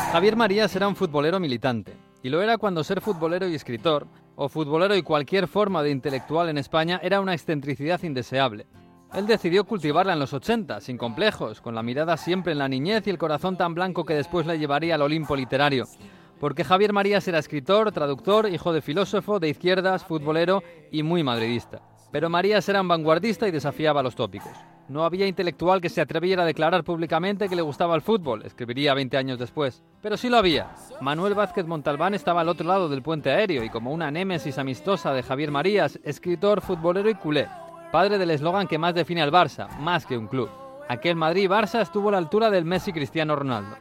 Javier Marías era un futbolero militante, y lo era cuando ser futbolero y escritor, o futbolero y cualquier forma de intelectual en España, era una excentricidad indeseable. Él decidió cultivarla en los 80, sin complejos, con la mirada siempre en la niñez y el corazón tan blanco que después le llevaría al Olimpo literario. Porque Javier Marías era escritor, traductor, hijo de filósofo, de izquierdas, futbolero y muy madridista. Pero Marías era un vanguardista y desafiaba los tópicos. No había intelectual que se atreviera a declarar públicamente que le gustaba el fútbol, escribiría 20 años después. Pero sí lo había. Manuel Vázquez Montalbán estaba al otro lado del puente aéreo y como una némesis amistosa de Javier Marías, escritor, futbolero y culé. Padre del eslogan que más define al Barça, más que un club. Aquel Madrid-Barça estuvo a la altura del Messi Cristiano Ronaldo.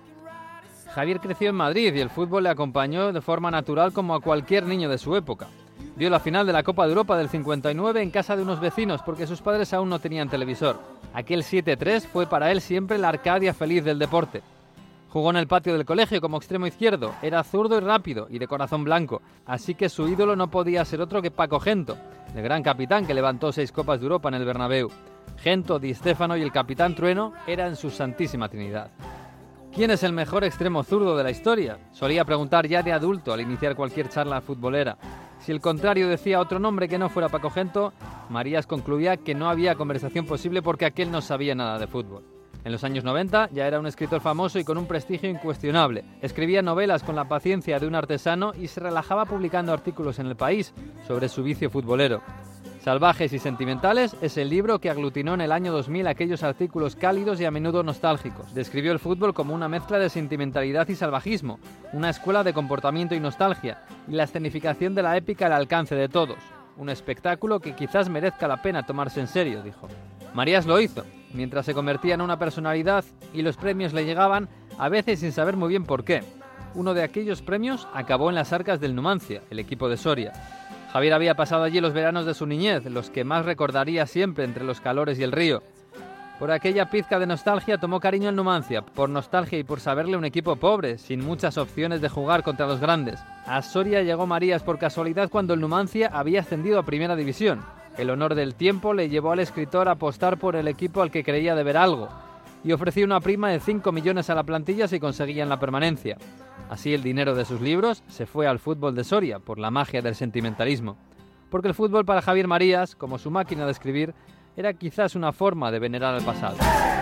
Javier creció en Madrid y el fútbol le acompañó de forma natural como a cualquier niño de su época. Vio la final de la Copa de Europa del 59 en casa de unos vecinos porque sus padres aún no tenían televisor. Aquel 7-3 fue para él siempre la Arcadia feliz del deporte. Jugó en el patio del colegio como extremo izquierdo, era zurdo y rápido y de corazón blanco, así que su ídolo no podía ser otro que Paco Gento, el gran capitán que levantó 6 Copas de Europa en el Bernabéu. Gento, Di Stéfano y el capitán Trueno eran su santísima trinidad. ¿Quién es el mejor extremo zurdo de la historia? Solía preguntar ya de adulto al iniciar cualquier charla futbolera. Si el contrario decía otro nombre que no fuera Paco Gento, Marías concluía que no había conversación posible porque aquel no sabía nada de fútbol. En los años 90 ya era un escritor famoso y con un prestigio incuestionable. Escribía novelas con la paciencia de un artesano y se relajaba publicando artículos en El País sobre su vicio futbolero. Salvajes y sentimentales es el libro que aglutinó en el año 2000 aquellos artículos cálidos y a menudo nostálgicos. Describió el fútbol como una mezcla de sentimentalidad y salvajismo, una escuela de comportamiento y nostalgia, y la escenificación de la épica al alcance de todos. Un espectáculo que quizás merezca la pena tomarse en serio, dijo. Marías lo hizo, mientras se convertía en una personalidad y los premios le llegaban, a veces sin saber muy bien por qué. Uno de aquellos premios acabó en las arcas del Numancia, el equipo de Soria. Javier había pasado allí los veranos de su niñez, los que más recordaría siempre entre los calores y el río. Por aquella pizca de nostalgia tomó cariño al Numancia, por nostalgia y por saberle un equipo pobre, sin muchas opciones de jugar contra los grandes. A Soria llegó Marías por casualidad cuando el Numancia había ascendido a Primera División. El honor del tiempo le llevó al escritor a apostar por el equipo al que creía deber algo, y ofreció una prima de 5 millones a la plantilla si conseguían la permanencia. Así el dinero de sus libros se fue al fútbol de Soria por la magia del sentimentalismo. Porque el fútbol para Javier Marías, como su máquina de escribir, era quizás una forma de venerar al pasado.